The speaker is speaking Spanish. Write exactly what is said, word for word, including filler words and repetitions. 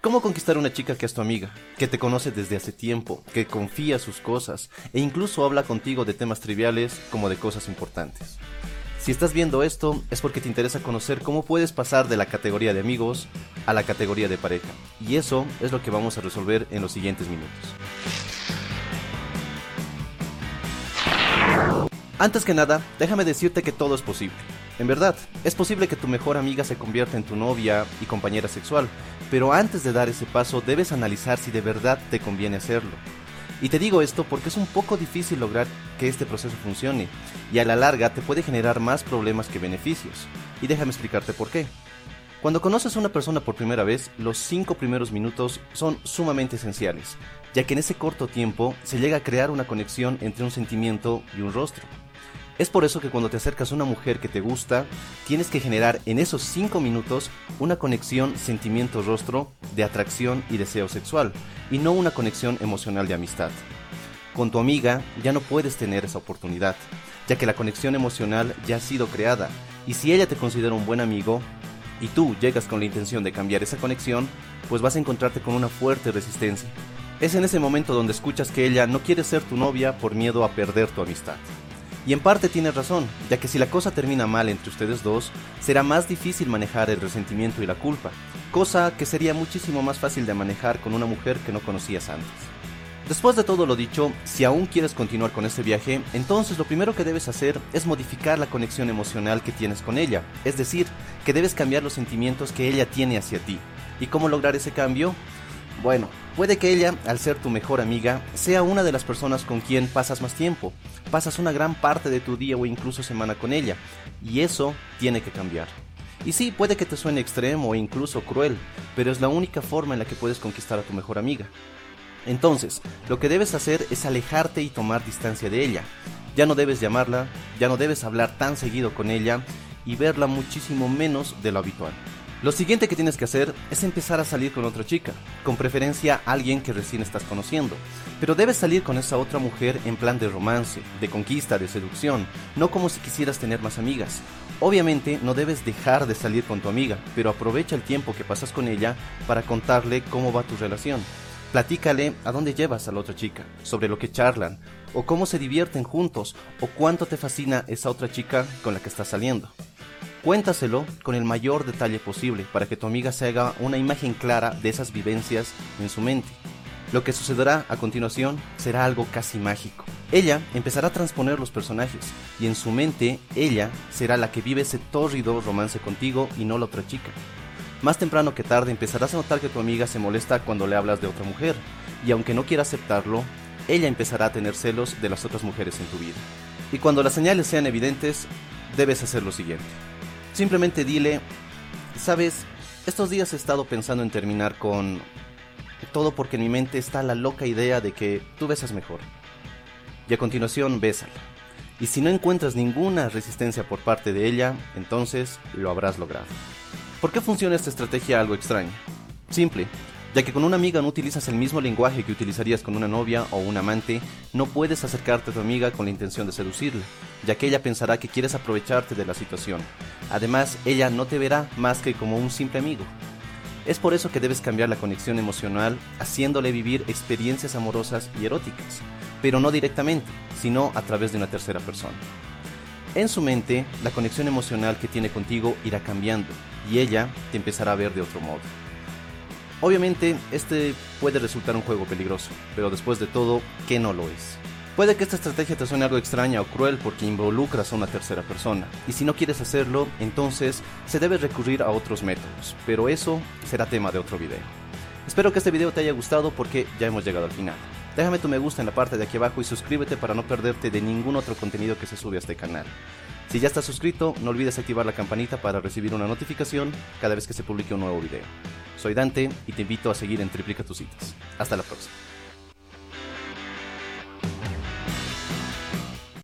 ¿Cómo conquistar a una chica que es tu amiga, que te conoce desde hace tiempo, que confía sus cosas e incluso habla contigo de temas triviales como de cosas importantes? Si estás viendo esto es porque te interesa conocer cómo puedes pasar de la categoría de amigos a la categoría de pareja, y eso es lo que vamos a resolver en los siguientes minutos. Antes que nada, déjame decirte que todo es posible. En verdad, es posible que tu mejor amiga se convierta en tu novia y compañera sexual, pero antes de dar ese paso debes analizar si de verdad te conviene hacerlo. Y te digo esto porque es un poco difícil lograr que este proceso funcione, y a la larga te puede generar más problemas que beneficios. Y déjame explicarte por qué. Cuando conoces a una persona por primera vez, los cinco primeros minutos son sumamente esenciales, ya que en ese corto tiempo se llega a crear una conexión entre un sentimiento y un rostro. Es por eso que cuando te acercas a una mujer que te gusta, tienes que generar en esos cinco minutos una conexión sentimiento-rostro de atracción y deseo sexual, y no una conexión emocional de amistad. Con tu amiga ya no puedes tener esa oportunidad, ya que la conexión emocional ya ha sido creada, y si ella te considera un buen amigo, y tú llegas con la intención de cambiar esa conexión, pues vas a encontrarte con una fuerte resistencia. Es en ese momento donde escuchas que ella no quiere ser tu novia por miedo a perder tu amistad. Y en parte tienes razón, ya que si la cosa termina mal entre ustedes dos, será más difícil manejar el resentimiento y la culpa, cosa que sería muchísimo más fácil de manejar con una mujer que no conocías antes. Después de todo lo dicho, si aún quieres continuar con este viaje, entonces lo primero que debes hacer es modificar la conexión emocional que tienes con ella, es decir, que debes cambiar los sentimientos que ella tiene hacia ti. ¿Y cómo lograr ese cambio? Bueno, puede que ella, al ser tu mejor amiga, sea una de las personas con quien pasas más tiempo, pasas una gran parte de tu día o incluso semana con ella, y eso tiene que cambiar. Y sí, puede que te suene extremo o incluso cruel, pero es la única forma en la que puedes conquistar a tu mejor amiga. Entonces, lo que debes hacer es alejarte y tomar distancia de ella. Ya no debes llamarla, ya no debes hablar tan seguido con ella y verla muchísimo menos de lo habitual. Lo siguiente que tienes que hacer es empezar a salir con otra chica, con preferencia alguien que recién estás conociendo. Pero debes salir con esa otra mujer en plan de romance, de conquista, de seducción, no como si quisieras tener más amigas. Obviamente no debes dejar de salir con tu amiga, pero aprovecha el tiempo que pasas con ella para contarle cómo va tu relación. Platícale a dónde llevas a la otra chica, sobre lo que charlan, o cómo se divierten juntos, o cuánto te fascina esa otra chica con la que estás saliendo. Cuéntaselo con el mayor detalle posible para que tu amiga se haga una imagen clara de esas vivencias en su mente. Lo que sucederá a continuación será algo casi mágico. Ella empezará a transponer los personajes y en su mente ella será la que vive ese tórrido romance contigo y no la otra chica. Más temprano que tarde empezarás a notar que tu amiga se molesta cuando le hablas de otra mujer, y aunque no quiera aceptarlo, ella empezará a tener celos de las otras mujeres en tu vida. Y cuando las señales sean evidentes, debes hacer lo siguiente. Simplemente dile, sabes, estos días he estado pensando en terminar con... todo porque en mi mente está la loca idea de que tú besas mejor. Y a continuación, bésala. Y si no encuentras ninguna resistencia por parte de ella, entonces lo habrás logrado. ¿Por qué funciona esta estrategia algo extraña? Simple, ya que con una amiga no utilizas el mismo lenguaje que utilizarías con una novia o un amante, no puedes acercarte a tu amiga con la intención de seducirla, ya que ella pensará que quieres aprovecharte de la situación. Además, ella no te verá más que como un simple amigo. Es por eso que debes cambiar la conexión emocional, haciéndole vivir experiencias amorosas y eróticas, pero no directamente, sino a través de una tercera persona. En su mente, la conexión emocional que tiene contigo irá cambiando, y ella te empezará a ver de otro modo. Obviamente, este puede resultar un juego peligroso, pero después de todo, ¿qué no lo es? Puede que esta estrategia te suene algo extraña o cruel porque involucras a una tercera persona, y si no quieres hacerlo, entonces se debe recurrir a otros métodos, pero eso será tema de otro video. Espero que este video te haya gustado porque ya hemos llegado al final. Déjame tu me gusta en la parte de aquí abajo y suscríbete para no perderte de ningún otro contenido que se sube a este canal. Si ya estás suscrito, no olvides activar la campanita para recibir una notificación cada vez que se publique un nuevo video. Soy Dante y te invito a seguir en Triplica tus citas. Hasta la próxima.